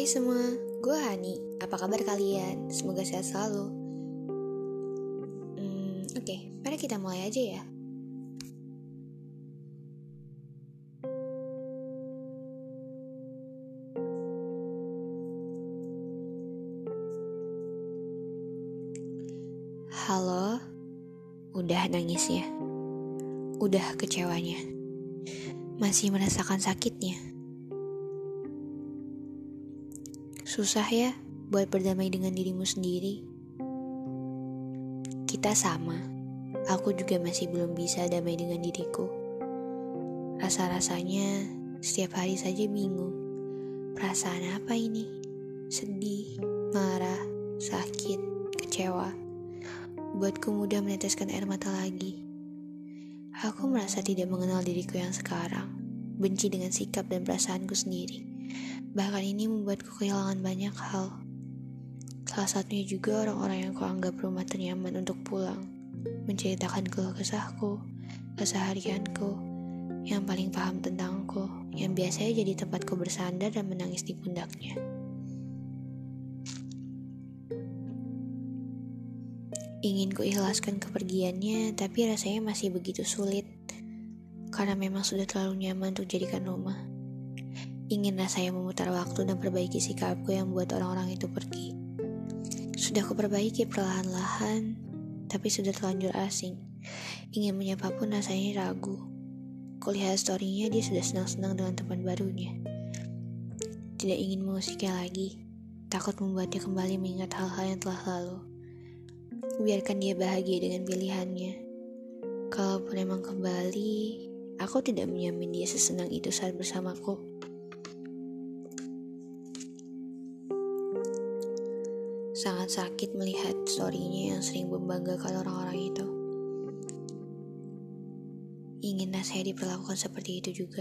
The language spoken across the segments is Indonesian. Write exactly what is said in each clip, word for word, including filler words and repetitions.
semua, gue Hani. Apa kabar kalian? Semoga sehat selalu. Hmm, Oke, okay, mari kita mulai aja ya. Halo, udah nangisnya, udah kecewanya, masih merasakan sakitnya. Susah ya buat berdamai dengan dirimu sendiri. Kita sama, aku juga masih belum bisa damai dengan diriku. Rasa-rasanya setiap hari saja bingung. Perasaan apa ini? Sedih, marah, sakit, kecewa. Buatku mudah meneteskan air mata lagi. Aku merasa tidak mengenal diriku yang sekarang. Benci dengan sikap dan perasaanku sendiri. Bahkan ini membuatku kehilangan banyak hal. Salah satunya juga orang-orang yang kuanggap rumah ternyaman untuk pulang, menceritakan keluh kesahku, keseharianku, yang paling paham tentangku, yang biasanya jadi tempatku bersandar dan menangis di pundaknya. Ingin ku ikhlaskan kepergiannya, tapi rasanya masih begitu sulit, karena memang sudah terlalu nyaman untuk jadikan rumah. Ingin rasanya memutar waktu dan perbaiki sikapku yang buat orang-orang itu pergi. Sudah kuperbaiki perlahan-lahan, tapi sudah terlanjur asing. Ingin menyapa pun rasanya ragu. Kulihat story-nya dia sudah senang-senang dengan teman barunya. Tidak ingin mengusiknya lagi, takut membuatnya kembali mengingat hal-hal yang telah lalu. Biarkan dia bahagia dengan pilihannya. Kalaupun emang kembali, aku tidak menyamin dia sesenang itu saat bersamaku. Sangat sakit melihat story-nya yang sering membanggakan orang-orang itu. Ingin saya diperlakukan seperti itu juga.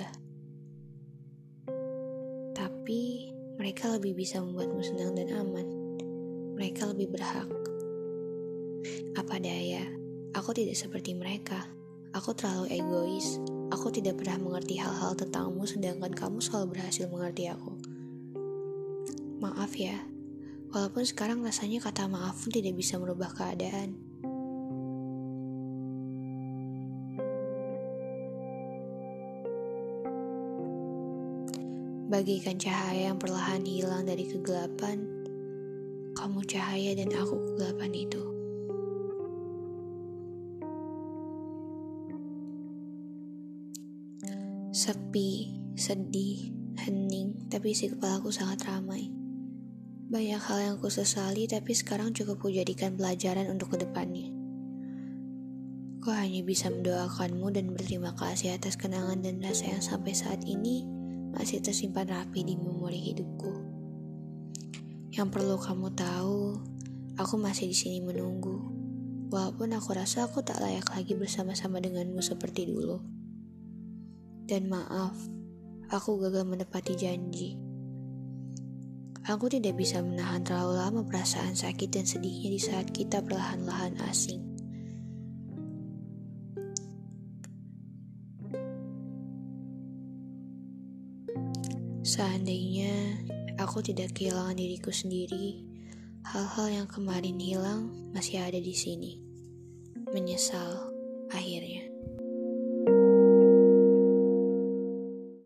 Tapi mereka lebih bisa membuatmu senang dan aman. Mereka lebih berhak. Apa daya, aku tidak seperti mereka. Aku terlalu egois. Aku tidak pernah mengerti hal-hal tentangmu, sedangkan kamu selalu berhasil mengerti aku. Maaf ya. Walaupun sekarang rasanya kata maaf pun tidak bisa merubah keadaan. Bagaikan cahaya yang perlahan hilang dari kegelapan, kamu cahaya dan aku kegelapan itu. Sepi, sedih, hening, tapi isi kepalaku sangat ramai. Banyak hal yang ku sesali, tapi sekarang cukup ku jadikan pelajaran untuk kedepannya. Ku hanya bisa mendoakanmu dan berterima kasih atas kenangan dan rasa yang sampai saat ini masih tersimpan rapi di memori hidupku. Yang perlu kamu tahu, aku masih di sini menunggu. Walaupun aku rasa aku tak layak lagi bersama-sama denganmu seperti dulu. Dan maaf, aku gagal menepati janji. Aku tidak bisa menahan terlalu lama perasaan sakit dan sedihnya di saat kita perlahan-lahan asing. Seandainya aku tidak kehilangan diriku sendiri, hal-hal yang kemarin hilang masih ada di sini. Menyesal akhirnya.